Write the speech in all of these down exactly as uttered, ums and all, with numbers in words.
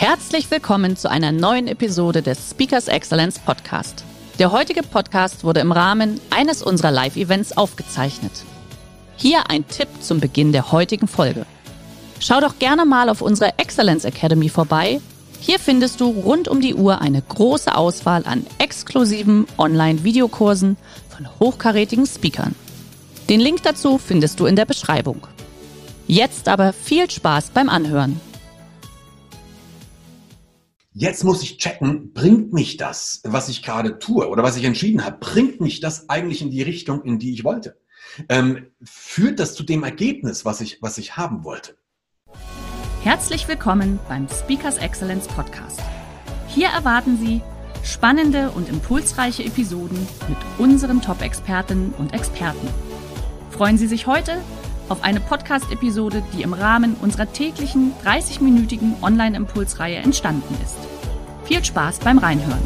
Herzlich willkommen zu einer neuen Episode des Speakers Excellence Podcast. Der heutige Podcast wurde im Rahmen eines unserer Live-Events aufgezeichnet. Hier ein Tipp zum Beginn der heutigen Folge. Schau doch gerne mal auf unserer Excellence Academy vorbei. Hier findest du rund um die Uhr eine große Auswahl an exklusiven Online-Videokursen von hochkarätigen Speakern. Den Link dazu findest du in der Beschreibung. Jetzt aber viel Spaß beim Anhören. Jetzt muss ich checken, bringt mich das, was ich gerade tue oder was ich entschieden habe, bringt mich das eigentlich in die Richtung, in die ich wollte? Ähm, führt das zu dem Ergebnis, was ich, was ich haben wollte? Herzlich willkommen beim Speakers Excellence Podcast. Hier erwarten Sie spannende und impulsreiche Episoden mit unseren Top-Expertinnen und Experten. Freuen Sie sich heute auf eine Podcast-Episode, die im Rahmen unserer täglichen dreißig-minütigen Online-Impulsreihe entstanden ist. Viel Spaß beim Reinhören.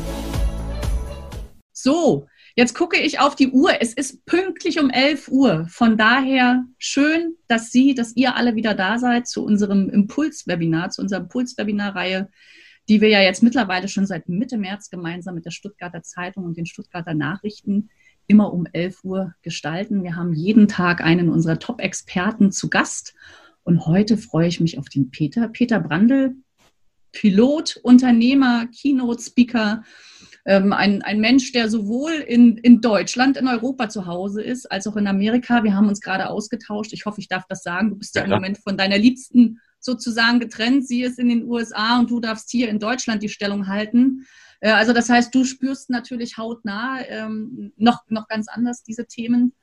So, jetzt gucke ich auf die Uhr. Es ist pünktlich um elf Uhr. Von daher schön, dass Sie, dass ihr alle wieder da seid zu unserem Impuls-Webinar, zu unserer Impuls-Webinar-Reihe, die wir ja jetzt mittlerweile schon seit Mitte März gemeinsam mit der Stuttgarter Zeitung und den Stuttgarter Nachrichten immer um elf Uhr gestalten. Wir haben jeden Tag einen unserer Top-Experten zu Gast. Und heute freue ich mich auf den Peter. Peter Brandl, Pilot, Unternehmer, Keynote-Speaker, ähm, ein, ein Mensch, der sowohl in, in Deutschland, in Europa zu Hause ist, als auch in Amerika. Wir haben uns gerade ausgetauscht. Ich hoffe, ich darf das sagen. Du bist ja, ja im Moment von deiner Liebsten sozusagen getrennt. Sie ist in den U S A und du darfst hier in Deutschland die Stellung halten. Also das heißt, du spürst natürlich hautnah ähm, noch, noch ganz anders diese Themen.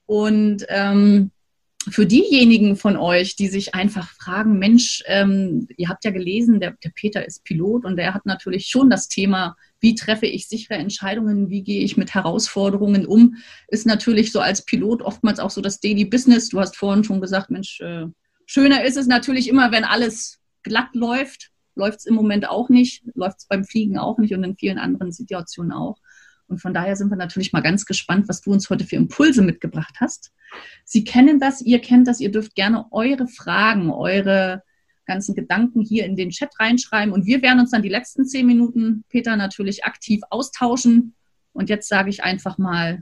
Und ähm, für diejenigen von euch, die sich einfach fragen, Mensch, ähm, ihr habt ja gelesen, der, der Peter ist Pilot und der hat natürlich schon das Thema, wie treffe ich sichere Entscheidungen, wie gehe ich mit Herausforderungen um, ist natürlich so als Pilot oftmals auch so das Daily Business. Du hast vorhin schon gesagt, Mensch, äh, schöner ist es natürlich immer, wenn alles glatt läuft. Läuft es im Moment auch nicht, läuft es beim Fliegen auch nicht und in vielen anderen Situationen auch. Und von daher sind wir natürlich mal ganz gespannt, was du uns heute für Impulse mitgebracht hast. Sie kennen das, ihr kennt das, ihr dürft gerne eure Fragen, eure ganzen Gedanken hier in den Chat reinschreiben. Und wir werden uns dann die letzten zehn Minuten, Peter, natürlich aktiv austauschen. Und jetzt sage ich einfach mal,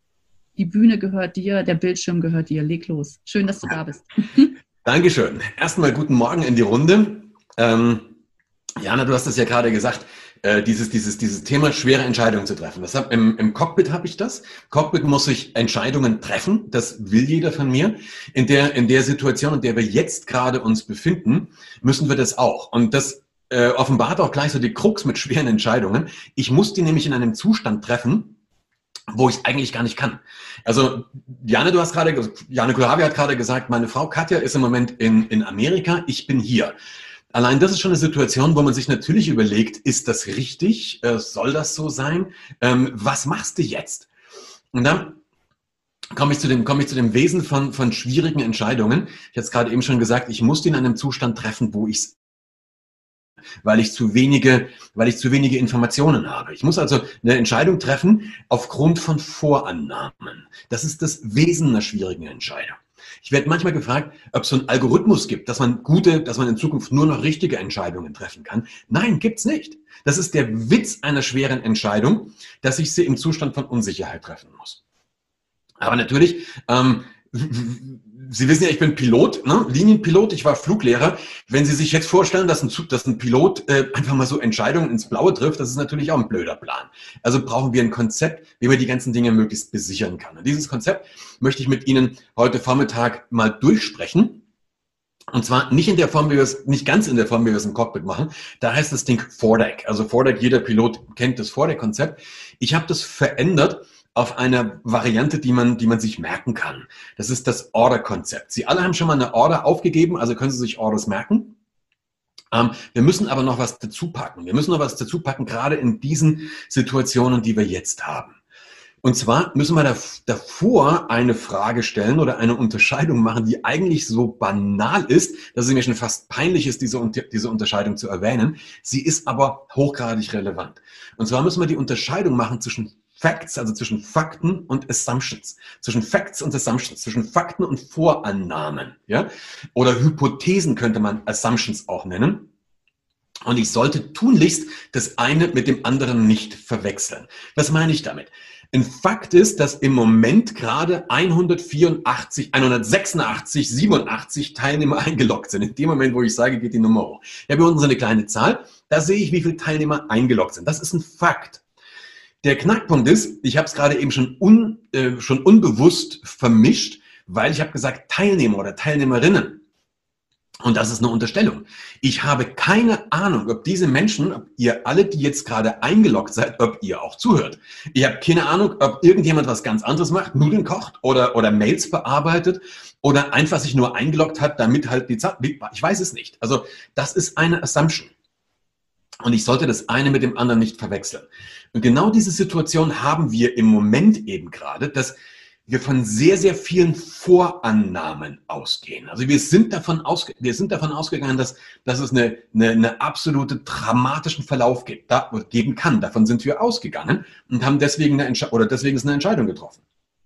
die Bühne gehört dir, der Bildschirm gehört dir. Leg los. Schön, dass du da bist. Dankeschön. Erstmal guten Morgen in die Runde. Ähm, Jana, du hast es ja gerade gesagt, äh, dieses, dieses, dieses Thema, schwere Entscheidungen zu treffen. Das hab, im, Im Cockpit habe ich das. Cockpit muss ich Entscheidungen treffen. Das will jeder von mir. In der, in der Situation, in der wir jetzt gerade uns befinden, müssen wir das auch. Und das äh, offenbart auch gleich so die Krux mit schweren Entscheidungen. Ich muss die nämlich in einem Zustand treffen, wo ich es eigentlich gar nicht kann. Also, Jana, du hast gerade, Jana Kulawi hat gerade gesagt, meine Frau Katja ist im Moment in, in Amerika, ich bin hier. Allein das ist schon eine Situation, wo man sich natürlich überlegt, ist das richtig? Äh, soll das so sein? Ähm, was machst du jetzt? Und dann komme ich zu dem, komme ich zu dem Wesen von, von schwierigen Entscheidungen. Ich hatte es gerade eben schon gesagt, ich muss die in einem Zustand treffen, wo ich es, weil ich zu wenige, weil ich zu wenige Informationen habe. Ich muss also eine Entscheidung treffen aufgrund von Vorannahmen. Das ist das Wesen einer schwierigen Entscheidung. Ich werde manchmal gefragt, ob es so einen Algorithmus gibt, dass man gute, dass man in Zukunft nur noch richtige Entscheidungen treffen kann. Nein, gibt's nicht. Das ist der Witz einer schweren Entscheidung, dass ich sie im Zustand von Unsicherheit treffen muss. Aber natürlich, ähm, Sie wissen ja, ich bin Pilot, ne? Linienpilot, ich war Fluglehrer. Wenn Sie sich jetzt vorstellen, dass ein, dass ein Pilot äh, einfach mal so Entscheidungen ins Blaue trifft, das ist natürlich auch ein blöder Plan. Also brauchen wir ein Konzept, wie man die ganzen Dinge möglichst besichern kann. Und dieses Konzept möchte ich mit Ihnen heute Vormittag mal durchsprechen. Und zwar nicht in der Form, wie wir es, nicht ganz in der Form, wie wir es im Cockpit machen. Da heißt das Ding Foredeck. Also Foredeck, jeder Pilot kennt das Foredeck-Konzept. Ich habe das verändert auf eine Variante, die man, die man sich merken kann. Das ist das Order-Konzept. Sie alle haben schon mal eine Order aufgegeben, also können Sie sich Orders merken. Ähm, wir müssen aber noch was dazu packen. Wir müssen noch was dazu packen, gerade in diesen Situationen, die wir jetzt haben. Und zwar müssen wir davor eine Frage stellen oder eine Unterscheidung machen, die eigentlich so banal ist, dass es mir schon fast peinlich ist, diese, diese Unterscheidung zu erwähnen. Sie ist aber hochgradig relevant. Und zwar müssen wir die Unterscheidung machen zwischen Facts, also zwischen Fakten und Assumptions. Zwischen Facts und Assumptions, zwischen Fakten und Vorannahmen. Ja? Oder Hypothesen könnte man Assumptions auch nennen. Und ich sollte tunlichst das eine mit dem anderen nicht verwechseln. Was meine ich damit? Ein Fakt ist, dass im Moment gerade hundertvierundachtzig, hundertsechsundachtzig, siebenundachtzig Teilnehmer eingeloggt sind. In dem Moment, wo ich sage, geht die Nummer hoch. Ich habe hier unten so eine kleine Zahl. Da sehe ich, wie viele Teilnehmer eingeloggt sind. Das ist ein Fakt. Der Knackpunkt ist, ich habe es gerade eben schon, un, äh, schon unbewusst vermischt, weil ich habe gesagt Teilnehmer oder Teilnehmerinnen. Und das ist eine Unterstellung. Ich habe keine Ahnung, ob diese Menschen, ob ihr alle, die jetzt gerade eingeloggt seid, ob ihr auch zuhört. Ich habe keine Ahnung, ob irgendjemand was ganz anderes macht, Nudeln kocht oder, oder Mails bearbeitet oder einfach sich nur eingeloggt hat, damit halt die Zeit, ich weiß es nicht. Also das ist eine Assumption. Und ich sollte das eine mit dem anderen nicht verwechseln. Und genau diese Situation haben wir im Moment eben gerade, dass wir von sehr, sehr vielen Vorannahmen ausgehen. Also wir sind davon, ausge wir sind davon ausgegangen, dass, dass es eine, eine, eine absolute dramatischen Verlauf gibt, da, geben kann. Davon sind wir ausgegangen und haben deswegen eine, Entsche oder deswegen ist eine Entscheidung getroffen.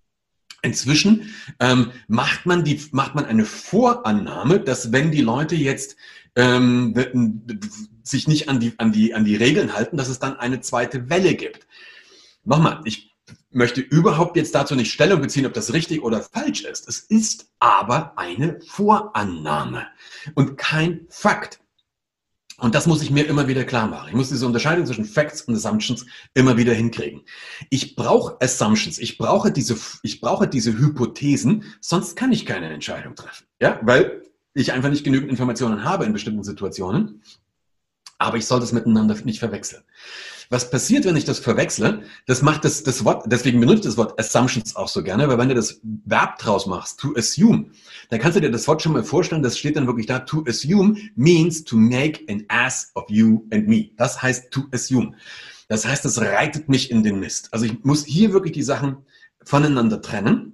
Inzwischen ähm, macht, man die, macht man eine Vorannahme, dass wenn die Leute jetzt ähm, sich nicht an die, an, die, an die Regeln halten, dass es dann eine zweite Welle gibt. Nochmal, ich möchte überhaupt jetzt dazu nicht Stellung beziehen, ob das richtig oder falsch ist. Es ist aber eine Vorannahme und kein Fakt. Und das muss ich mir immer wieder klar machen. Ich muss diese Unterscheidung zwischen Facts und Assumptions immer wieder hinkriegen. Ich brauche Assumptions, ich brauche diese, ich brauche diese Hypothesen, sonst kann ich keine Entscheidung treffen. Ja, weil ich einfach nicht genügend Informationen habe in bestimmten Situationen. Aber ich soll das miteinander nicht verwechseln. Was passiert, wenn ich das verwechsle? Das macht das, das Wort, deswegen benutze ich das Wort Assumptions auch so gerne, weil wenn du das Verb draus machst, to assume, dann kannst du dir das Wort schon mal vorstellen, das steht dann wirklich da, to assume means to make an ass of you and me. Das heißt to assume. Das heißt, das reitet mich in den Mist. Also ich muss hier wirklich die Sachen voneinander trennen.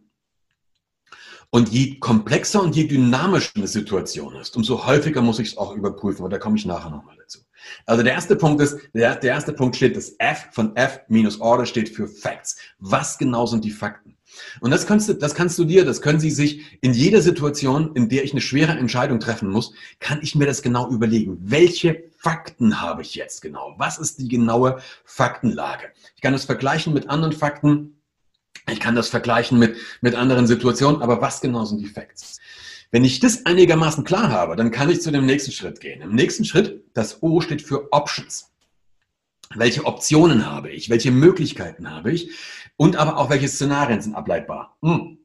Und je komplexer und je dynamischer eine Situation ist, umso häufiger muss ich es auch überprüfen. Aber da komme ich nachher nochmal dazu. Also der erste Punkt ist, der, der erste Punkt steht, das F von F minus Order steht für Facts. Was genau sind die Fakten? Und das kannst du, das kannst du dir, das können Sie sich in jeder Situation, in der ich eine schwere Entscheidung treffen muss, kann ich mir das genau überlegen. Welche Fakten habe ich jetzt genau? Was ist die genaue Faktenlage? Ich kann das vergleichen mit anderen Fakten. Ich kann das vergleichen mit, mit anderen Situationen, aber was genau sind die Facts? Wenn ich das einigermaßen klar habe, dann kann ich zu dem nächsten Schritt gehen. Im nächsten Schritt, das O steht für Options. Welche Optionen habe ich? Welche Möglichkeiten habe ich? Und aber auch welche Szenarien sind ableitbar? Hm.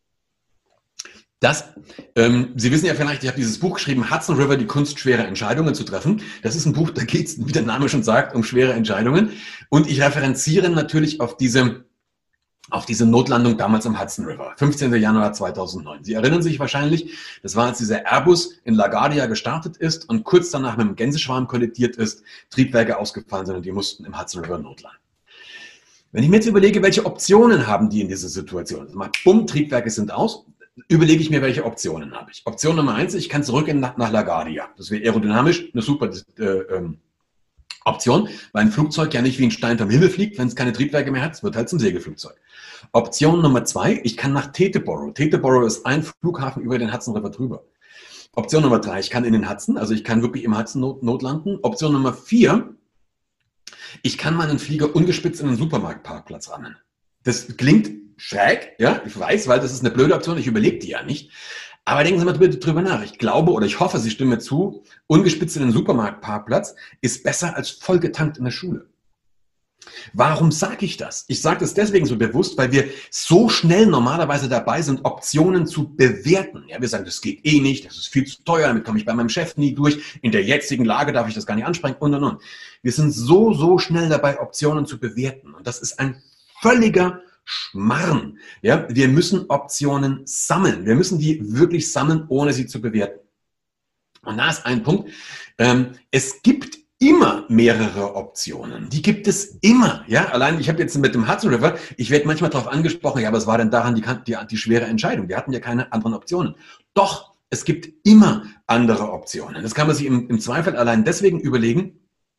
Das, ähm, Sie wissen ja vielleicht, ich habe dieses Buch geschrieben, Hudson River, die Kunst, schwere Entscheidungen zu treffen. Das ist ein Buch, da geht es, wie der Name schon sagt, um schwere Entscheidungen. Und ich referenziere natürlich auf diese auf diese Notlandung damals am Hudson River, fünfzehnten Januar zweitausendneun. Sie erinnern sich wahrscheinlich, das war, als dieser Airbus in LaGuardia gestartet ist und kurz danach mit dem Gänseschwarm kollidiert ist, Triebwerke ausgefallen sind und die mussten im Hudson River notlanden. Wenn ich mir jetzt überlege, welche Optionen haben die in dieser Situation, also mal, bumm, Triebwerke sind aus, überlege ich mir, welche Optionen habe ich. Option Nummer eins, ich kann zurück in, nach, nach LaGuardia. Das wäre aerodynamisch eine super äh, ähm, Option, weil ein Flugzeug ja nicht wie ein Stein vom Himmel fliegt, wenn es keine Triebwerke mehr hat, es wird halt zum Segelflugzeug. Option Nummer zwei, ich kann nach Teterboro. Teterboro ist ein Flughafen über den Hudson River drüber. Option Nummer drei, ich kann in den Hudson, also ich kann wirklich im Hudson not, notlanden. Option Nummer vier, ich kann meinen Flieger ungespitzt in einen Supermarktparkplatz rammen. Das klingt schräg, ja, ich weiß, weil das ist eine blöde Option, ich überlege die ja nicht. Aber denken Sie mal drüber nach. Ich glaube oder ich hoffe, Sie stimmen mir zu, ungespitzt in den Supermarktparkplatz ist besser als vollgetankt in der Schule. Warum sage ich das? Ich sage das deswegen so bewusst, weil wir so schnell normalerweise dabei sind, Optionen zu bewerten. Ja, wir sagen, das geht eh nicht, das ist viel zu teuer, damit komme ich bei meinem Chef nie durch, in der jetzigen Lage darf ich das gar nicht ansprechen und und und. Wir sind so, so schnell dabei, Optionen zu bewerten. Und das ist ein völliger Schmarrn. Ja, wir müssen Optionen sammeln. Wir müssen die wirklich sammeln, ohne sie zu bewerten. Und da ist ein Punkt. Ähm, es gibt immer mehrere Optionen. Die gibt es immer. Ja, allein ich habe jetzt mit dem Hudson River, ich werde manchmal darauf angesprochen, ja, aber es war denn daran die, die, die schwere Entscheidung. Wir hatten ja keine anderen Optionen. Doch, es gibt immer andere Optionen. Das kann man sich im, im Zweifel allein deswegen überlegen,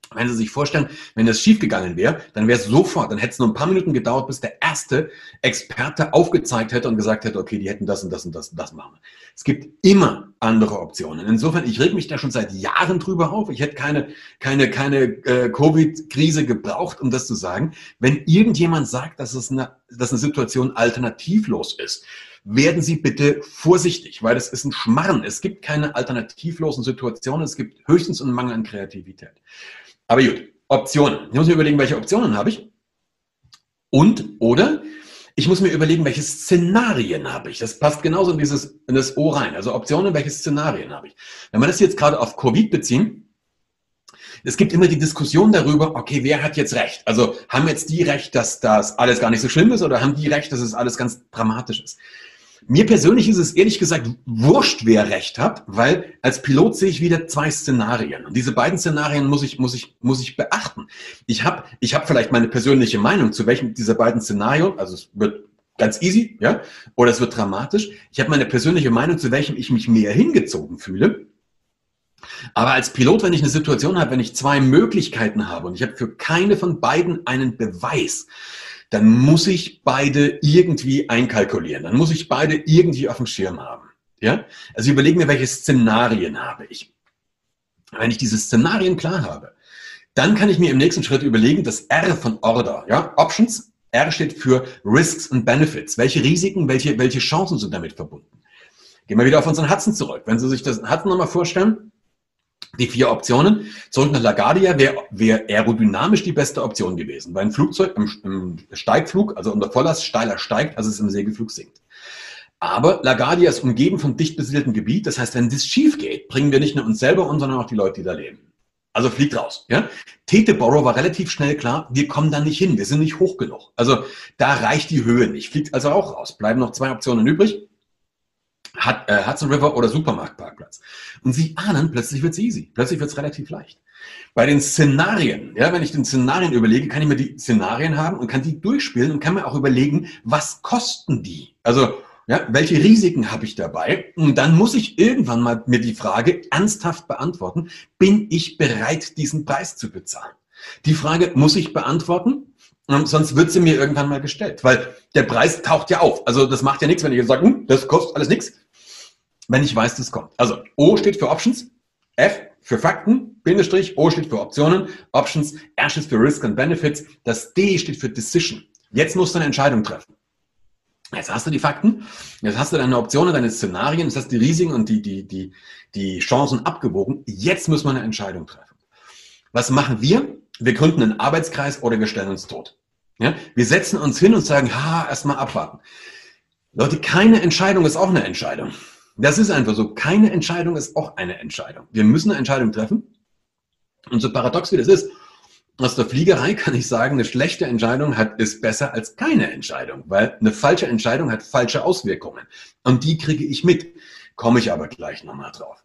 Wenn Sie sich vorstellen, wenn das schiefgegangen wäre, dann wäre es sofort, dann hätte es nur ein paar Minuten gedauert, bis der erste Experte aufgezeigt hätte und gesagt hätte, okay, die hätten das und das und das und das machen. Es gibt immer andere Optionen. Insofern, ich reg mich da schon seit Jahren drüber auf. Ich hätte keine, keine, keine äh, Covid-Krise gebraucht, um das zu sagen. Wenn irgendjemand sagt, dass es eine, dass eine Situation alternativlos ist, werden Sie bitte vorsichtig, weil das ist ein Schmarrn. Es gibt keine alternativlosen Situationen. Es gibt höchstens einen Mangel an Kreativität. Aber gut, Optionen. Ich muss mir überlegen, welche Optionen habe ich. Und, oder, ich muss mir überlegen, welche Szenarien habe ich. Das passt genauso in, dieses, in das O rein. Also Optionen, welche Szenarien habe ich. Wenn wir das jetzt gerade auf Covid beziehen, es gibt immer die Diskussion darüber, okay, wer hat jetzt recht? Also haben jetzt die recht, dass das alles gar nicht so schlimm ist oder haben die recht, dass es alles ganz dramatisch ist? Mir persönlich ist es ehrlich gesagt wurscht, wer recht hat, weil als Pilot sehe ich wieder zwei Szenarien. Und diese beiden Szenarien muss ich, muss ich, muss ich beachten. Ich habe ich hab vielleicht meine persönliche Meinung zu welchem dieser beiden Szenarien, also es wird ganz easy, ja, oder es wird dramatisch. Ich habe meine persönliche Meinung, zu welchem ich mich mehr hingezogen fühle. Aber als Pilot, wenn ich eine Situation habe, wenn ich zwei Möglichkeiten habe und ich habe für keine von beiden einen Beweis, dann muss ich beide irgendwie einkalkulieren. Dann muss ich beide irgendwie auf dem Schirm haben. Ja? Also überlegen mir, welche Szenarien habe ich. Wenn ich diese Szenarien klar habe, dann kann ich mir im nächsten Schritt überlegen, das R von Order, ja, Options, R steht für Risks and Benefits. Welche Risiken, welche, welche Chancen sind damit verbunden? Gehen wir wieder auf unseren Hudson zurück. Wenn Sie sich das Hudson nochmal vorstellen, die vier Optionen, zurück nach LaGuardia, wäre wär aerodynamisch die beste Option gewesen, weil ein Flugzeug im, im Steigflug, also unter Volllast, steiler steigt, als es im Segelflug sinkt. Aber LaGuardia ist umgeben von dicht besiedeltem Gebiet, das heißt, wenn das schief geht, bringen wir nicht nur uns selber um, sondern auch die Leute, die da leben. Also fliegt raus. Ja? Teterboro war relativ schnell klar, wir kommen da nicht hin, wir sind nicht hoch genug. Also da reicht die Höhe nicht, fliegt also auch raus. Bleiben noch zwei Optionen übrig. Hat, äh, Hudson River oder Supermarktparkplatz. Und Sie ahnen, plötzlich wird es easy. Plötzlich wird es relativ leicht. Bei den Szenarien, ja, wenn ich den Szenarien überlege, kann ich mir die Szenarien haben und kann die durchspielen und kann mir auch überlegen, was kosten die? Also, ja, welche Risiken habe ich dabei? Und dann muss ich irgendwann mal mir die Frage ernsthaft beantworten, bin ich bereit, diesen Preis zu bezahlen? Die Frage muss ich beantworten. Sonst wird sie mir irgendwann mal gestellt, weil der Preis taucht ja auf. Also das macht ja nichts, wenn ich jetzt sage, hm, das kostet alles nichts, wenn ich weiß, das kommt. Also O steht für Options, F für Fakten, Bindestrich, O steht für Optionen, Options, R steht für Risk and Benefits, das D steht für Decision. Jetzt musst du eine Entscheidung treffen. Jetzt hast du die Fakten, jetzt hast du deine Optionen, deine Szenarien, jetzt hast du die Risiken und die, die, die, die Chancen abgewogen. Jetzt müssen wir eine Entscheidung treffen. Was machen wir? Wir gründen einen Arbeitskreis oder wir stellen uns tot. Ja? Wir setzen uns hin und sagen, ha, erstmal abwarten. Leute, keine Entscheidung ist auch eine Entscheidung. Das ist einfach so. Keine Entscheidung ist auch eine Entscheidung. Wir müssen eine Entscheidung treffen. Und so paradox wie das ist, aus der Fliegerei kann ich sagen, eine schlechte Entscheidung hat, ist besser als keine Entscheidung, weil eine falsche Entscheidung hat falsche Auswirkungen. Und die kriege ich mit. Komme ich aber gleich nochmal drauf.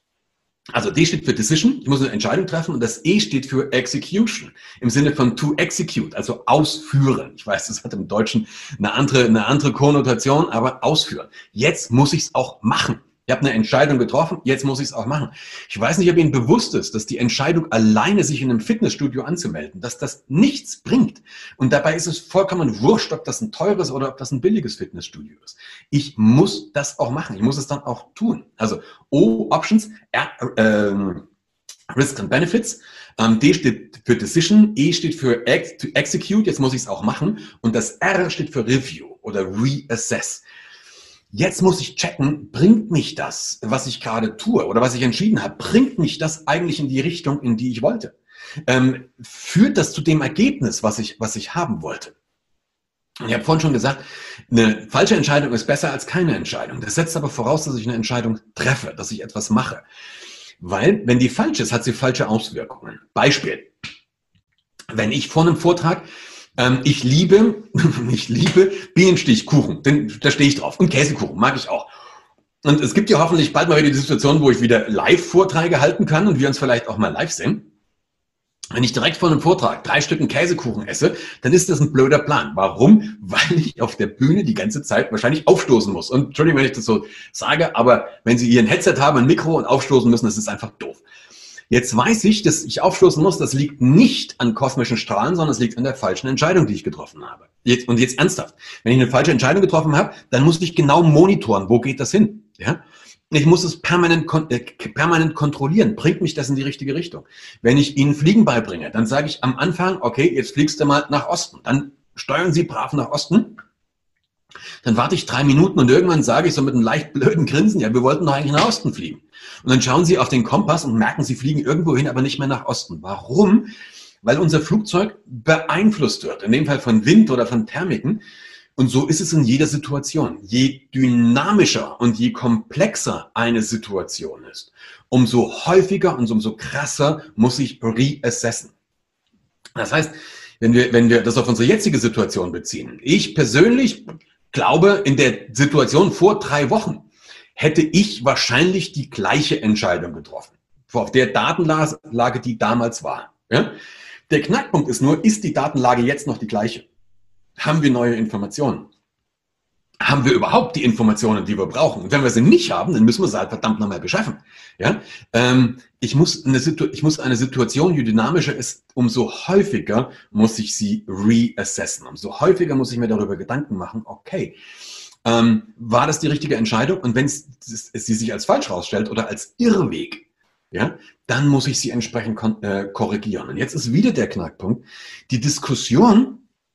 Also D steht für Decision, ich muss eine Entscheidung treffen und das E steht für Execution, im Sinne von to execute, also ausführen. Ich weiß, das hat im Deutschen eine andere, eine andere Konnotation, aber ausführen. Jetzt muss ich es auch machen. Ich habe eine Entscheidung getroffen, jetzt muss ich es auch machen. Ich weiß nicht, ob Ihnen bewusst ist, dass die Entscheidung alleine, sich in einem Fitnessstudio anzumelden, dass das nichts bringt. Und dabei ist es vollkommen wurscht, ob das ein teures oder ob das ein billiges Fitnessstudio ist. Ich muss das auch machen. Ich muss es dann auch tun. Also O, Options, R, äh, Risk and Benefits. Ähm, D steht für Decision, E steht für ex, to Execute, jetzt muss ich es auch machen. Und das R steht für Review oder Reassess. Jetzt muss ich checken, bringt mich das, was ich gerade tue oder was ich entschieden habe, bringt mich das eigentlich in die Richtung, in die ich wollte? Ähm, führt das zu dem Ergebnis, was ich, was ich haben wollte? Ich habe vorhin schon gesagt, eine falsche Entscheidung ist besser als keine Entscheidung. Das setzt aber voraus, dass ich eine Entscheidung treffe, dass ich etwas mache. Weil, wenn die falsch ist, hat sie falsche Auswirkungen. Beispiel. Wenn ich vor einem Vortrag Ich liebe, ich liebe Bienenstichkuchen, den, da stehe ich drauf. Und Käsekuchen, mag ich auch. Und es gibt ja hoffentlich bald mal wieder die Situation, wo ich wieder Live-Vorträge halten kann und wir uns vielleicht auch mal live sehen. Wenn ich direkt vor einem Vortrag drei Stücken Käsekuchen esse, dann ist das ein blöder Plan. Warum? Weil ich auf der Bühne die ganze Zeit wahrscheinlich aufstoßen muss. Und Entschuldigung, wenn ich das so sage, aber wenn Sie hier ein Headset haben, ein Mikro und aufstoßen müssen, das ist einfach doof. Jetzt weiß ich, dass ich aufschließen muss, das liegt nicht an kosmischen Strahlen, sondern es liegt an der falschen Entscheidung, die ich getroffen habe. Jetzt, und jetzt ernsthaft, wenn ich eine falsche Entscheidung getroffen habe, dann muss ich genau monitoren, wo geht das hin? Ja? Ich muss es permanent, äh, permanent kontrollieren. Bringt mich das in die richtige Richtung? Wenn ich Ihnen Fliegen beibringe, dann sage ich am Anfang, okay, jetzt fliegst du mal nach Osten. Dann steuern Sie brav nach Osten. Dann warte ich drei Minuten und irgendwann sage ich so mit einem leicht blöden Grinsen, ja, wir wollten doch eigentlich nach Osten fliegen. Und dann schauen Sie auf den Kompass und merken, Sie fliegen irgendwo hin, aber nicht mehr nach Osten. Warum? Weil unser Flugzeug beeinflusst wird, in dem Fall von Wind oder von Thermiken. Und so ist es in jeder Situation. Je dynamischer und je komplexer eine Situation ist, umso häufiger und umso krasser muss ich reassessen. Das heißt, wenn wir, wenn wir das auf unsere jetzige Situation beziehen, ich persönlich glaube, in der Situation vor drei Wochen hätte ich wahrscheinlich die gleiche Entscheidung getroffen, auf der Datenlage, die damals war. Ja? Der Knackpunkt ist nur, ist die Datenlage jetzt noch die gleiche? Haben wir neue Informationen? Haben wir überhaupt die Informationen, die wir brauchen? Und wenn wir sie nicht haben, dann müssen wir sie halt verdammt nochmal beschaffen. Ja? Ähm, ich, muss eine ich muss eine Situation, je dynamischer ist, umso häufiger muss ich sie reassessen. Umso häufiger muss ich mir darüber Gedanken machen, okay, ähm, war das die richtige Entscheidung? Und wenn es, es, es sie sich als falsch herausstellt oder als Irrweg, ja, dann muss ich sie entsprechend äh, korrigieren. Und jetzt ist wieder der Knackpunkt. Die Diskussion,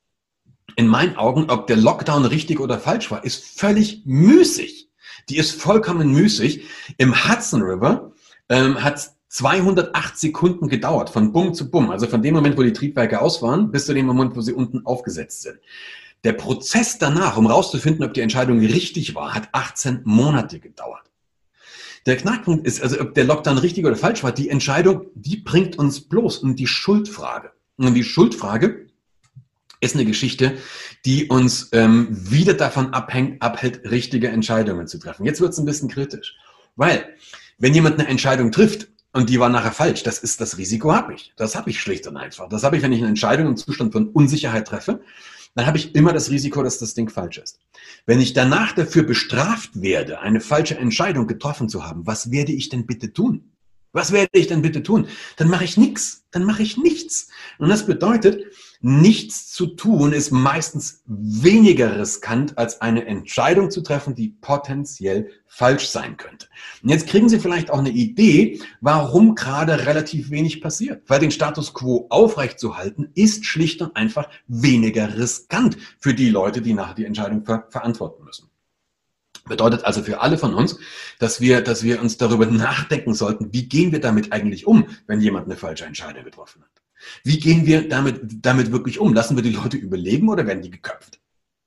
in meinen Augen, ob der Lockdown richtig oder falsch war, ist völlig müßig. Die ist vollkommen müßig. Im Hudson River ähm, hat es zweihundertacht Sekunden gedauert, von Bumm zu Bumm. Also von dem Moment, wo die Triebwerke aus waren, bis zu dem Moment, wo sie unten aufgesetzt sind. Der Prozess danach, um rauszufinden, ob die Entscheidung richtig war, hat achtzehn Monate gedauert. Der Knackpunkt ist, also ob der Lockdown richtig oder falsch war, die Entscheidung, die bringt uns bloß um die Schuldfrage. Und die Schuldfrage ist eine Geschichte, die uns ähm, wieder davon abhängt, abhält, richtige Entscheidungen zu treffen. Jetzt wird es ein bisschen kritisch, weil wenn jemand eine Entscheidung trifft und die war nachher falsch, das ist das Risiko habe ich. Das habe ich schlicht und einfach. Das habe ich, wenn ich eine Entscheidung im Zustand von Unsicherheit treffe, dann habe ich immer das Risiko, dass das Ding falsch ist. Wenn ich danach dafür bestraft werde, eine falsche Entscheidung getroffen zu haben, was werde ich denn bitte tun? Was werde ich denn bitte tun? Dann mache ich nichts. Dann mache ich nichts. Und das bedeutet, nichts zu tun ist meistens weniger riskant, als eine Entscheidung zu treffen, die potenziell falsch sein könnte. Und jetzt kriegen Sie vielleicht auch eine Idee, warum gerade relativ wenig passiert. Weil den Status quo aufrechtzuerhalten, ist schlicht und einfach weniger riskant für die Leute, die nachher die Entscheidung ver- verantworten müssen. Bedeutet also für alle von uns, dass wir, dass wir uns darüber nachdenken sollten, wie gehen wir damit eigentlich um, wenn jemand eine falsche Entscheidung getroffen hat. Wie gehen wir damit, damit wirklich um? Lassen wir die Leute überleben oder werden die geköpft?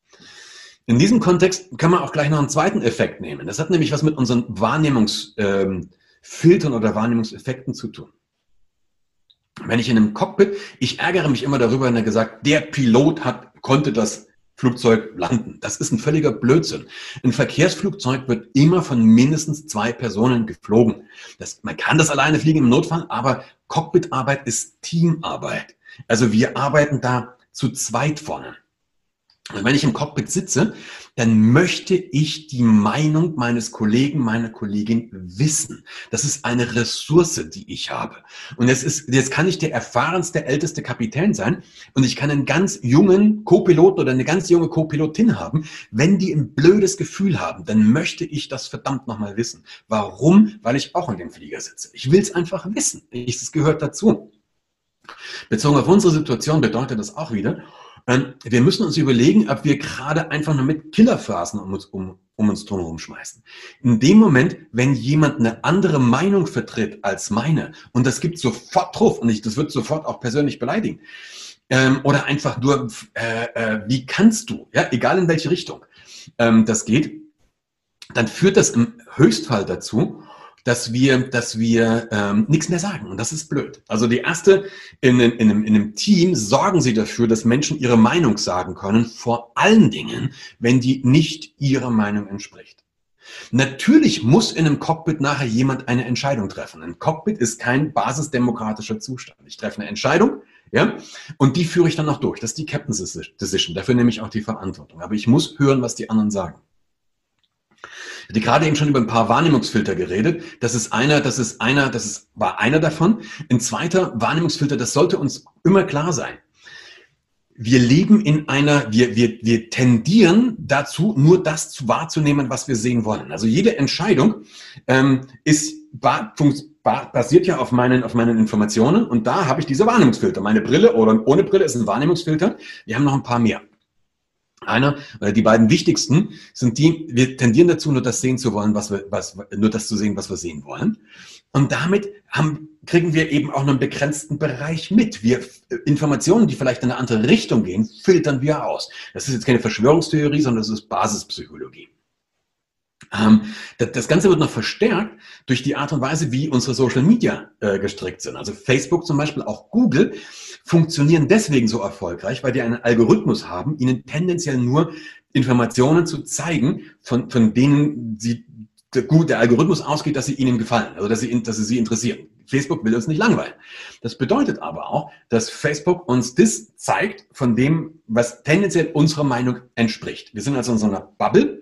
In diesem Kontext kann man auch gleich noch einen zweiten Effekt nehmen. Das hat nämlich was mit unseren Wahrnehmungsfiltern ähm, oder Wahrnehmungseffekten zu tun. Wenn ich in einem Cockpit, ich ärgere mich immer darüber, wenn er gesagt, der Pilot hat, konnte das Flugzeug landen. Das ist ein völliger Blödsinn. Ein Verkehrsflugzeug wird immer von mindestens zwei Personen geflogen. Das, man kann das alleine fliegen im Notfall, aber Cockpitarbeit ist Teamarbeit. Also wir arbeiten da zu zweit vorne. Und wenn ich im Cockpit sitze, dann möchte ich die Meinung meines Kollegen, meiner Kollegin wissen. Das ist eine Ressource, die ich habe. Und jetzt ist, jetzt kann ich der erfahrenste, älteste Kapitän sein und ich kann einen ganz jungen Co-Piloten oder eine ganz junge Co-Pilotin haben. Wenn die ein blödes Gefühl haben, dann möchte ich das verdammt nochmal wissen. Warum? Weil ich auch in dem Flieger sitze. Ich will es einfach wissen. Es gehört dazu. Bezogen auf unsere Situation bedeutet das auch wieder, wir müssen uns überlegen, ob wir gerade einfach nur mit Killerphrasen um uns, um, um uns drum herum schmeißen. In dem Moment, wenn jemand eine andere Meinung vertritt als meine, und das gibt sofort drauf, und ich, das wird sofort auch persönlich beleidigen, ähm, oder einfach nur, äh, äh, wie kannst du, ja, egal in welche Richtung ähm, das geht, dann führt das im Höchstfall dazu, dass wir, dass wir ähm, nichts mehr sagen. Und das ist blöd. Also die erste, in, in, in, einem, in einem Team sorgen sie dafür, dass Menschen ihre Meinung sagen können, vor allen Dingen, wenn die nicht ihrer Meinung entspricht. Natürlich muss in einem Cockpit nachher jemand eine Entscheidung treffen. Ein Cockpit ist kein basisdemokratischer Zustand. Ich treffe eine Entscheidung, ja, und die führe ich dann noch durch. Das ist die Captain's Decision. Dafür nehme ich auch die Verantwortung. Aber ich muss hören, was die anderen sagen. Ich hatte gerade eben schon über ein paar Wahrnehmungsfilter geredet. Das ist einer, das ist einer, das ist, war einer davon. Ein zweiter Wahrnehmungsfilter, das sollte uns immer klar sein. Wir leben in einer, wir, wir, wir tendieren dazu, nur das zu wahrzunehmen, was wir sehen wollen. Also jede Entscheidung ähm, ist, basiert ja auf meinen, auf meinen Informationen und da habe ich diese Wahrnehmungsfilter. Meine Brille oder ohne Brille ist ein Wahrnehmungsfilter. Wir haben noch ein paar mehr. Einer, oder die beiden wichtigsten sind die, wir tendieren dazu, nur das sehen zu wollen, was wir, was, nur das zu sehen, was wir sehen wollen. Und damit haben, kriegen wir eben auch einen begrenzten Bereich mit. Wir, Informationen, die vielleicht in eine andere Richtung gehen, filtern wir aus. Das ist jetzt keine Verschwörungstheorie, sondern das ist Basispsychologie. Ähm, das, das Ganze wird noch verstärkt durch die Art und Weise, wie unsere Social Media äh, gestrickt sind. Also Facebook zum Beispiel, auch Google, funktionieren deswegen so erfolgreich, weil die einen Algorithmus haben, ihnen tendenziell nur Informationen zu zeigen, von, von denen sie, gut, der Algorithmus ausgeht, dass sie ihnen gefallen, also dass sie, dass sie sie interessieren. Facebook will uns nicht langweilen. Das bedeutet aber auch, dass Facebook uns das zeigt von dem, was tendenziell unserer Meinung entspricht. Wir sind also in so einer Bubble.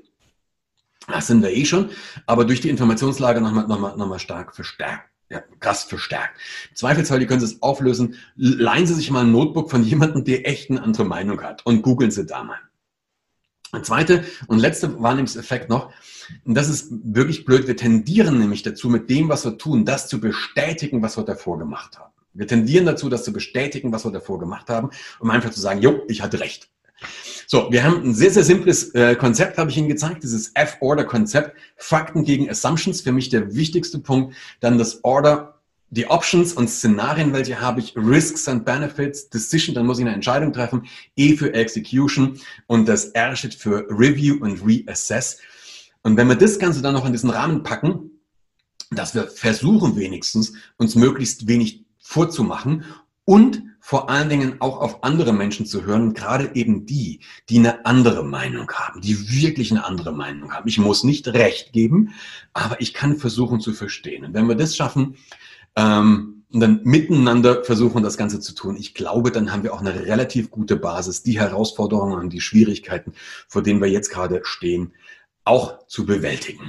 Das sind wir eh schon, aber durch die Informationslage nochmal noch mal, noch mal stark verstärkt. Ja, krass verstärkt. Im Zweifelsfall, die können Sie es auflösen. Leihen Sie sich mal ein Notebook von jemandem, der echt eine andere Meinung hat und googeln Sie da mal. Ein zweiter und letzter Wahrnehmungseffekt noch, und das ist wirklich blöd, wir tendieren nämlich dazu, mit dem, was wir tun, das zu bestätigen, was wir davor gemacht haben. Wir tendieren dazu, das zu bestätigen, was wir davor gemacht haben, um einfach zu sagen, jo, ich hatte recht. So, wir haben ein sehr, sehr simples äh, Konzept, habe ich Ihnen gezeigt, dieses F-Order-Konzept, Fakten gegen Assumptions, für mich der wichtigste Punkt, dann das Order, die Options und Szenarien, welche habe ich, Risks and Benefits, Decision, dann muss ich eine Entscheidung treffen, E für Execution und das R steht für Review und Reassess. Und wenn wir das Ganze dann noch in diesen Rahmen packen, dass wir versuchen wenigstens, uns möglichst wenig vorzumachen und vor allen Dingen auch auf andere Menschen zu hören, gerade eben die, die eine andere Meinung haben, die wirklich eine andere Meinung haben. Ich muss nicht Recht geben, aber ich kann versuchen zu verstehen. Und wenn wir das schaffen, ähm, und dann miteinander versuchen, das Ganze zu tun, ich glaube, dann haben wir auch eine relativ gute Basis, die Herausforderungen und die Schwierigkeiten, vor denen wir jetzt gerade stehen, auch zu bewältigen.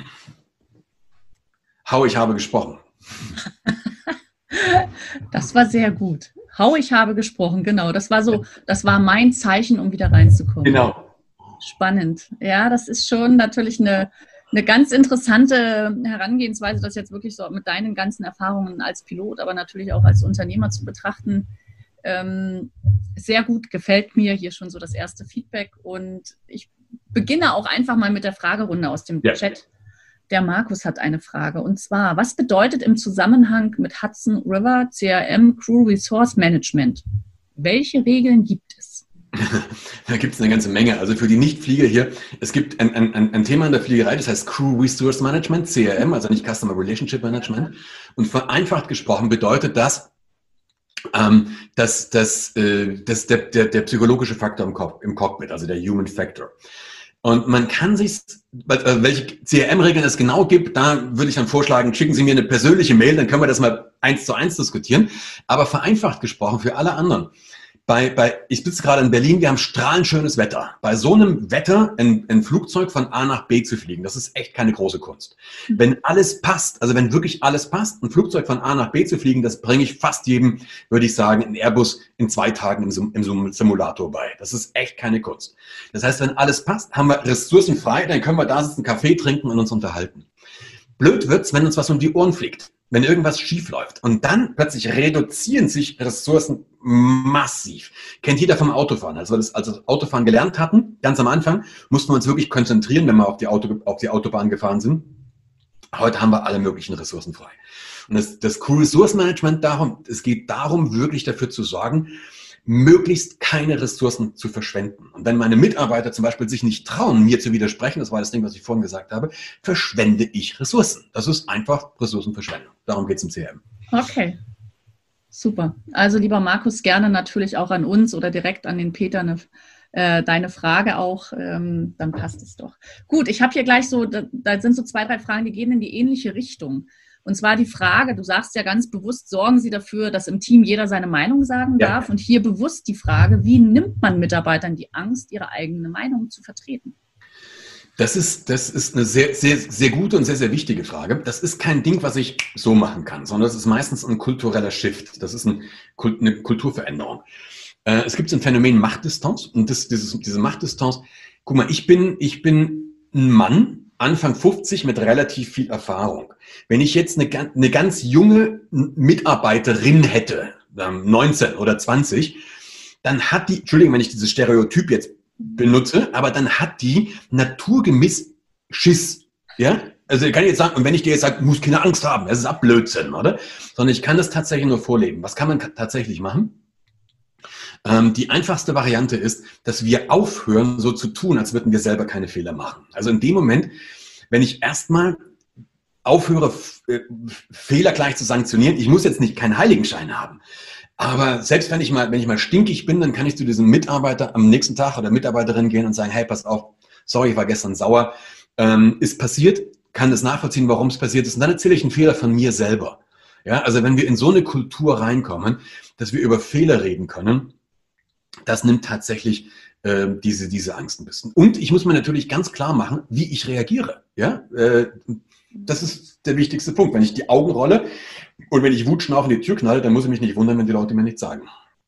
Hau, ich habe gesprochen. Das war sehr gut. Hau, ich habe gesprochen, genau. Das war so, das war mein Zeichen, um wieder reinzukommen. Genau. Spannend. Ja, das ist schon natürlich eine, eine ganz interessante Herangehensweise, das jetzt wirklich so mit deinen ganzen Erfahrungen als Pilot, aber natürlich auch als Unternehmer zu betrachten. Ähm, sehr gut, gefällt mir hier schon so das erste Feedback. Und ich beginne auch einfach mal mit der Fragerunde aus dem ja. Chat. Der Markus hat eine Frage, und zwar, was bedeutet im Zusammenhang mit Hudson River C R M Crew Resource Management? Welche Regeln gibt es? Da gibt es eine ganze Menge. Also für die Nichtflieger hier, es gibt ein, ein, ein Thema in der Fliegerei, das heißt Crew Resource Management, C R M, also nicht Customer Relationship Management. Und vereinfacht gesprochen bedeutet das, ähm, dass, dass, äh, dass der, der, der psychologische Faktor im, Cock, im Cockpit, also der Human Factor. Und man kann sich, welche C R M-Regeln es genau gibt, da würde ich dann vorschlagen, schicken Sie mir eine persönliche Mail, dann können wir das mal eins zu eins diskutieren. Aber vereinfacht gesprochen für alle anderen. Bei, bei, ich sitze gerade in Berlin, wir haben strahlend schönes Wetter. Bei so einem Wetter ein, ein Flugzeug von A nach B zu fliegen, das ist echt keine große Kunst. Wenn alles passt, also wenn wirklich alles passt, ein Flugzeug von A nach B zu fliegen, das bringe ich fast jedem, würde ich sagen, in Airbus in zwei Tagen im, im Simulator bei. Das ist echt keine Kunst. Das heißt, wenn alles passt, haben wir Ressourcen frei, dann können wir da sitzen, Kaffee trinken und uns unterhalten. Blöd wird's, wenn uns was um die Ohren fliegt, wenn irgendwas schief läuft. Und dann plötzlich reduzieren sich Ressourcen massiv. Kennt jeder vom Autofahren. Als wir das, als wir das Autofahren gelernt hatten, ganz am Anfang, mussten wir uns wirklich konzentrieren, wenn wir auf die, Auto, auf die Autobahn gefahren sind. Heute haben wir alle möglichen Ressourcen frei. Und das, das Crew Resource Management darum, es geht darum, wirklich dafür zu sorgen, möglichst keine Ressourcen zu verschwenden. Und wenn meine Mitarbeiter zum Beispiel sich nicht trauen, mir zu widersprechen, das war das Ding, was ich vorhin gesagt habe, verschwende ich Ressourcen. Das ist einfach Ressourcenverschwendung. Darum geht es im C R M. Okay, super. Also lieber Markus, gerne natürlich auch an uns oder direkt an den Peter eine, äh, deine Frage auch, ähm, dann passt es doch. Gut, ich habe hier gleich so, da, da sind so zwei, drei Fragen, die gehen in die ähnliche Richtung. Und zwar die Frage, du sagst ja ganz bewusst, sorgen Sie dafür, dass im Team jeder seine Meinung sagen darf. Ja. Und hier bewusst die Frage, wie nimmt man Mitarbeitern die Angst, ihre eigene Meinung zu vertreten? Das ist, das ist eine sehr, sehr, sehr gute und sehr, sehr wichtige Frage. Das ist kein Ding, was ich so machen kann, sondern das ist meistens ein kultureller Shift. Das ist ein, eine Kulturveränderung. Äh, es gibt so ein Phänomen Machtdistanz und das, dieses, diese Machtdistanz. Guck mal, ich bin, ich bin ein Mann, Anfang fünfzig mit relativ viel Erfahrung. Wenn ich jetzt eine, eine ganz junge Mitarbeiterin hätte, neunzehn oder zwanzig, dann hat die, Entschuldigung, wenn ich dieses Stereotyp jetzt benutze, aber dann hat die naturgemäß Schiss. Ja? Also ich kann jetzt sagen, und wenn ich dir jetzt sage, du musst keine Angst haben, das ist auch Blödsinn, oder? Sondern ich kann das tatsächlich nur vorleben. Was kann man tatsächlich machen? Ähm, die einfachste Variante ist, dass wir aufhören, so zu tun, als würden wir selber keine Fehler machen. Also in dem Moment, wenn ich erstmal aufhöre, Fehler gleich zu sanktionieren, ich muss jetzt nicht keinen Heiligenschein haben, aber selbst wenn ich mal, wenn ich mal stinkig bin, dann kann ich zu diesem Mitarbeiter am nächsten Tag oder Mitarbeiterin gehen und sagen, hey, pass auf, sorry, ich war gestern sauer, ähm, ist passiert, kann es nachvollziehen, warum es passiert ist, und dann erzähle ich einen Fehler von mir selber. Ja, also wenn wir in so eine Kultur reinkommen, dass wir über Fehler reden können, das nimmt tatsächlich äh, diese, diese Angst ein bisschen. Und ich muss mir natürlich ganz klar machen, wie ich reagiere. Ja, äh, das ist der wichtigste Punkt. Wenn ich die Augen rolle und wenn ich wutschnauf in die Tür knalle, dann muss ich mich nicht wundern, wenn die Leute mir nichts sagen.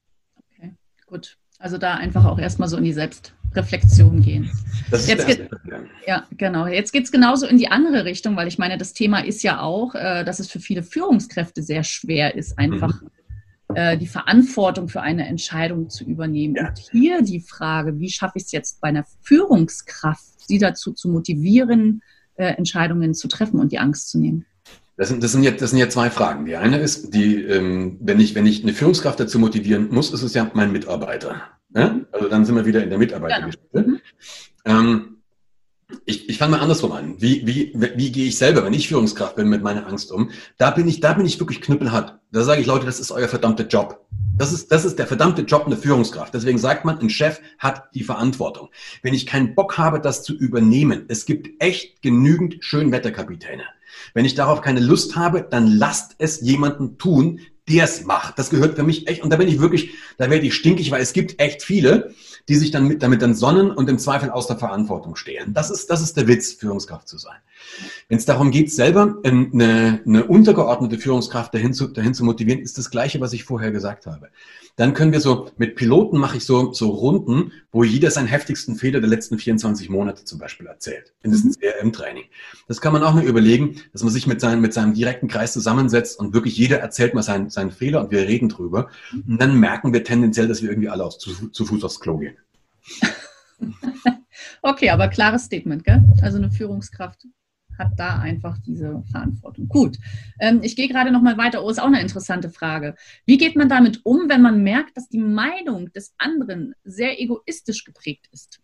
Okay, gut. Also da einfach auch erstmal so in die Selbstreflexion gehen. Das ist Jetzt geht, ja, genau. Jetzt geht es genauso in die andere Richtung, weil ich meine, das Thema ist ja auch, äh, dass es für viele Führungskräfte sehr schwer ist, einfach mhm. die Verantwortung für eine Entscheidung zu übernehmen. Ja. Und hier die Frage, wie schaffe ich es jetzt bei einer Führungskraft, sie dazu zu motivieren, äh, Entscheidungen zu treffen und die Angst zu nehmen? Das sind, das sind, jetzt, das sind jetzt zwei Fragen. Die eine ist, die, ähm, wenn ich, wenn ich eine Führungskraft dazu motivieren muss, ist es ja mein Mitarbeiter. Ja? Also dann sind wir wieder in der Mitarbeitergeschichte. Genau. Mhm. Ähm, Ich, ich fange mal andersrum an. Wie, wie, wie gehe ich selber, wenn ich Führungskraft bin, mit meiner Angst um? Da bin ich, da bin ich wirklich knüppelhart. Da sage ich, Leute, das ist euer verdammter Job. Das ist, das ist der verdammte Job einer Führungskraft. Deswegen sagt man, ein Chef hat die Verantwortung. Wenn ich keinen Bock habe, das zu übernehmen, es gibt echt genügend Schönwetterkapitäne. Wenn ich darauf keine Lust habe, dann lasst es jemanden tun, der es macht. Das gehört für mich echt, und da bin ich wirklich, da werde ich stinkig, weil es gibt echt viele, die sich dann mit, damit dann sonnen und im Zweifel aus der Verantwortung stehen. Das ist, das ist der Witz, Führungskraft zu sein. Wenn es darum geht, selber eine, eine untergeordnete Führungskraft dahin zu, dahin zu motivieren, ist das Gleiche, was ich vorher gesagt habe. Dann können wir so, mit Piloten mache ich so, so Runden, wo jeder seinen heftigsten Fehler der letzten vierundzwanzig Monate zum Beispiel erzählt. In diesem C R M-Training. Das kann man auch mal überlegen, dass man sich mit seinem, mit seinem direkten Kreis zusammensetzt und wirklich jeder erzählt mal seinen, seinen Fehler und wir reden drüber. Und dann merken wir tendenziell, dass wir irgendwie alle aus, zu, zu Fuß aufs Klo gehen. Okay, aber klares Statement, gell? Also eine Führungskraft hat da einfach diese Verantwortung. Gut, ähm, ich gehe gerade noch mal weiter. Oh, ist auch eine interessante Frage. Wie geht man damit um, wenn man merkt, dass die Meinung des anderen sehr egoistisch geprägt ist?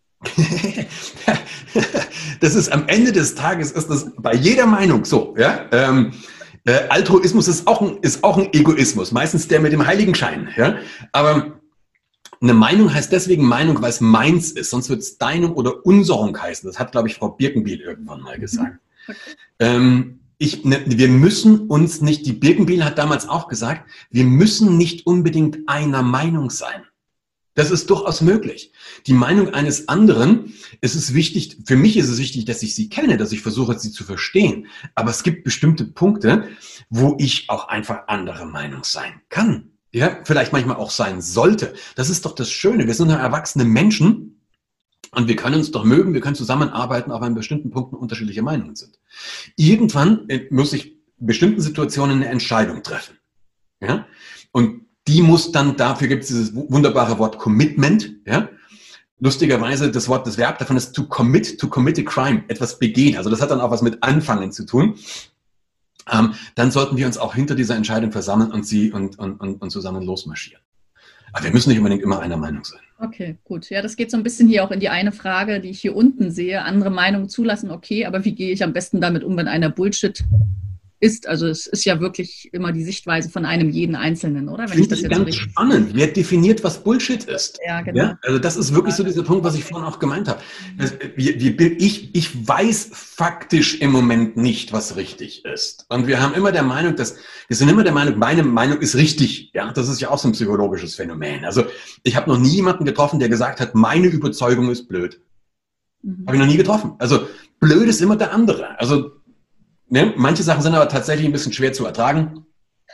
Das ist am Ende des Tages, ist das bei jeder Meinung so. Ja? Ähm, äh, Altruismus ist auch, ein, ist auch ein Egoismus, meistens der mit dem Heiligenschein. Ja? Aber eine Meinung heißt deswegen Meinung, weil es meins ist, sonst wird es Deinung oder Unsorung heißen. Das hat, glaube ich, Frau Birkenbiel irgendwann mal gesagt. Okay. Ähm, ich, ne, wir müssen uns nicht, die Birkenbiel hat damals auch gesagt, wir müssen nicht unbedingt einer Meinung sein. Das ist durchaus möglich. Die Meinung eines anderen, es ist wichtig, für mich ist es wichtig, dass ich sie kenne, dass ich versuche, sie zu verstehen. Aber es gibt bestimmte Punkte, wo ich auch einfach anderer Meinung sein kann. Ja, vielleicht manchmal auch sein sollte. Das ist doch das Schöne. Wir sind ja erwachsene Menschen und wir können uns doch mögen, wir können zusammenarbeiten, auch wenn bestimmten Punkten unterschiedliche Meinungen sind. Irgendwann muss ich in bestimmten Situationen eine Entscheidung treffen. Ja? Und die muss dann, dafür gibt es dieses wunderbare Wort Commitment. Ja? Lustigerweise, das Wort, das Verb davon ist to commit, to commit a crime, etwas begehen. Also das hat dann auch was mit Anfangen zu tun. Ähm, dann sollten wir uns auch hinter dieser Entscheidung versammeln und sie und, und, und, und zusammen losmarschieren. Aber wir müssen nicht unbedingt immer einer Meinung sein. Okay, gut. Ja, das geht so ein bisschen hier auch in die eine Frage, die ich hier unten sehe. Andere Meinungen zulassen, okay, aber wie gehe ich am besten damit um, wenn einer Bullshit ist? Also es ist ja wirklich immer die Sichtweise von einem jeden Einzelnen, oder? Wenn ich das jetzt ganz so richtig spannend. Wer definiert, was Bullshit ist? Ja, genau. Ja, also das ist wirklich so dieser Punkt, was ich vorhin auch gemeint habe. Das, wir, wir, ich, ich weiß faktisch im Moment nicht, was richtig ist. Und wir haben immer der Meinung, dass wir sind immer der Meinung, meine Meinung ist richtig. Ja, das ist ja auch so ein psychologisches Phänomen. Also ich habe noch nie jemanden getroffen, der gesagt hat, meine Überzeugung ist blöd. Mhm. Habe ich noch nie getroffen. Also blöd ist immer der andere. Also ne, manche Sachen sind aber tatsächlich ein bisschen schwer zu ertragen.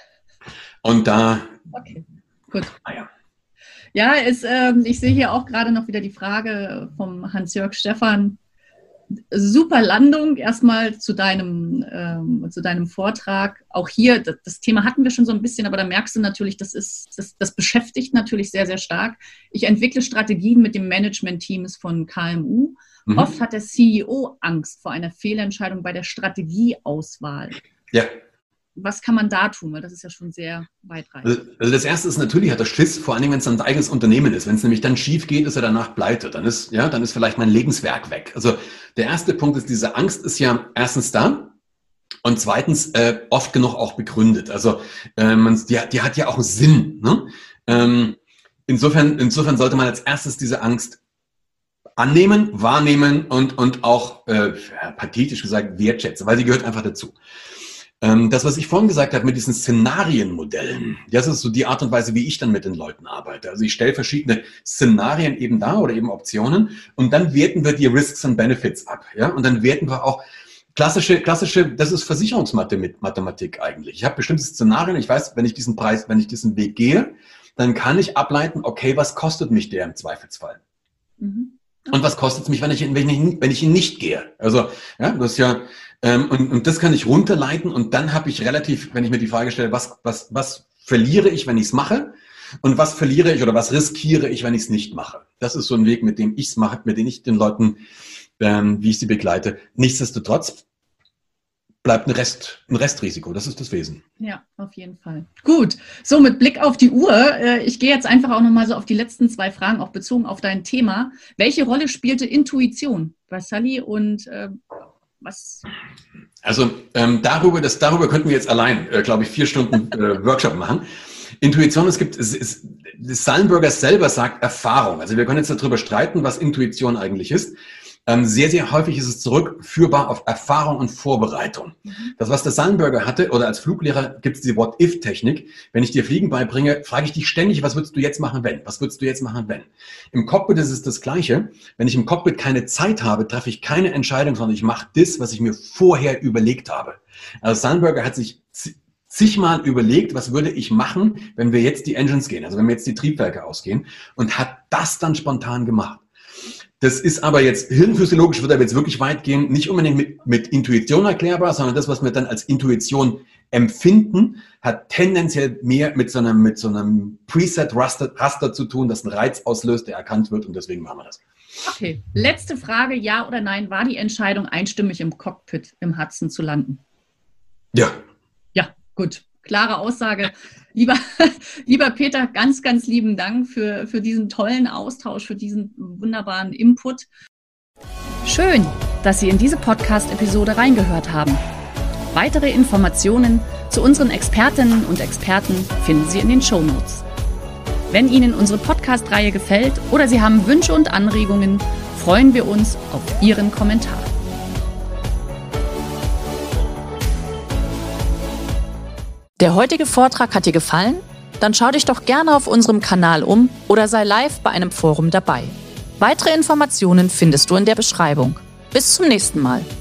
Und da... Okay, gut. Ah, ja. Ja, es, äh, ich sehe hier auch gerade noch wieder die Frage vom Hans-Jörg Stephan. Super Landung erstmal zu deinem, ähm, zu deinem Vortrag. Auch hier, das, das Thema hatten wir schon so ein bisschen, aber da merkst du natürlich, das, ist, das, das beschäftigt natürlich sehr, sehr stark. Ich entwickle Strategien mit dem Management-Teams von K M U. Mhm. Oft hat der C E O Angst vor einer Fehlentscheidung bei der Strategieauswahl. Ja. Was kann man da tun? Weil das ist ja schon sehr weitreichend. Also das Erste ist natürlich, hat er Schiss, vor allem wenn es dann ein eigenes Unternehmen ist. Wenn es nämlich dann schief geht, ist er danach pleite. Dann ist, ja, dann ist vielleicht mein Lebenswerk weg. Also der erste Punkt ist, diese Angst ist ja erstens da und zweitens äh, oft genug auch begründet. Also äh, man, die, die hat ja auch einen Sinn. Ne? Ähm, insofern, insofern sollte man als erstes diese Angst annehmen, wahrnehmen und, und auch, äh, ja, pathetisch gesagt, wertschätzen, weil sie gehört einfach dazu. Das, was ich vorhin gesagt habe mit diesen Szenarienmodellen, das ist so die Art und Weise, wie ich dann mit den Leuten arbeite. Also ich stelle verschiedene Szenarien eben dar oder eben Optionen und dann werten wir die Risks und Benefits ab. Ja? Und dann werten wir auch klassische, klassische, das ist Versicherungsmathematik eigentlich. Ich habe bestimmte Szenarien, ich weiß, wenn ich diesen Preis, wenn ich diesen Weg gehe, dann kann ich ableiten, okay, was kostet mich der im Zweifelsfall? Mhm. Und was kostet es mich, wenn ich, wenn, ich, wenn ich ihn nicht gehe? Also, ja, das ist ja, ähm, und, und das kann ich runterleiten und dann habe ich relativ, wenn ich mir die Frage stelle, was, was, was verliere ich, wenn ich es mache? Und was verliere ich oder was riskiere ich, wenn ich es nicht mache? Das ist so ein Weg, mit dem ich es mache, mit dem ich den Leuten, ähm, wie ich sie begleite. Nichtsdestotrotz bleibt ein Rest, ein Restrisiko. Das ist das Wesen. Ja, auf jeden Fall. Gut. So, mit Blick auf die Uhr. Äh, ich gehe jetzt einfach auch nochmal so auf die letzten zwei Fragen, auch bezogen auf dein Thema. Welche Rolle spielte Intuition bei Sully und äh, was? Also ähm, darüber, das, darüber könnten wir jetzt allein, äh, glaube ich, vier Stunden äh, Workshop machen. Intuition, es gibt, es, es, Sullenberger selber sagt Erfahrung. Also wir können jetzt darüber streiten, was Intuition eigentlich ist. Ähm, sehr, sehr häufig ist es zurückführbar auf Erfahrung und Vorbereitung. Mhm. Das, was der Sullenberger hatte, oder als Fluglehrer gibt es die What-If-Technik. Wenn ich dir Fliegen beibringe, frage ich dich ständig, was würdest du jetzt machen, wenn? Was würdest du jetzt machen, wenn? Im Cockpit ist es das Gleiche. Wenn ich im Cockpit keine Zeit habe, treffe ich keine Entscheidung, sondern ich mache das, was ich mir vorher überlegt habe. Also Sullenberger hat sich zigmal überlegt, was würde ich machen, wenn wir jetzt die Engines gehen, also wenn wir jetzt die Triebwerke ausgehen, und hat das dann spontan gemacht. Das ist aber jetzt, hirnphysiologisch wird aber jetzt wirklich weit gehen, nicht unbedingt mit, mit Intuition erklärbar, sondern das, was wir dann als Intuition empfinden, hat tendenziell mehr mit so einem, mit so einem Preset-Raster Raster zu tun, das einen Reiz auslöst, der erkannt wird, und deswegen machen wir das. Okay, letzte Frage, ja oder nein, war die Entscheidung einstimmig im Cockpit im Hudson zu landen? Ja. Ja, gut. Klare Aussage. Lieber, lieber Peter, ganz, ganz lieben Dank für, für diesen tollen Austausch, für diesen wunderbaren Input. Schön, dass Sie in diese Podcast-Episode reingehört haben. Weitere Informationen zu unseren Expertinnen und Experten finden Sie in den Shownotes. Wenn Ihnen unsere Podcast-Reihe gefällt oder Sie haben Wünsche und Anregungen, freuen wir uns auf Ihren Kommentar. Der heutige Vortrag hat dir gefallen? Dann schau dich doch gerne auf unserem Kanal um oder sei live bei einem Forum dabei. Weitere Informationen findest du in der Beschreibung. Bis zum nächsten Mal.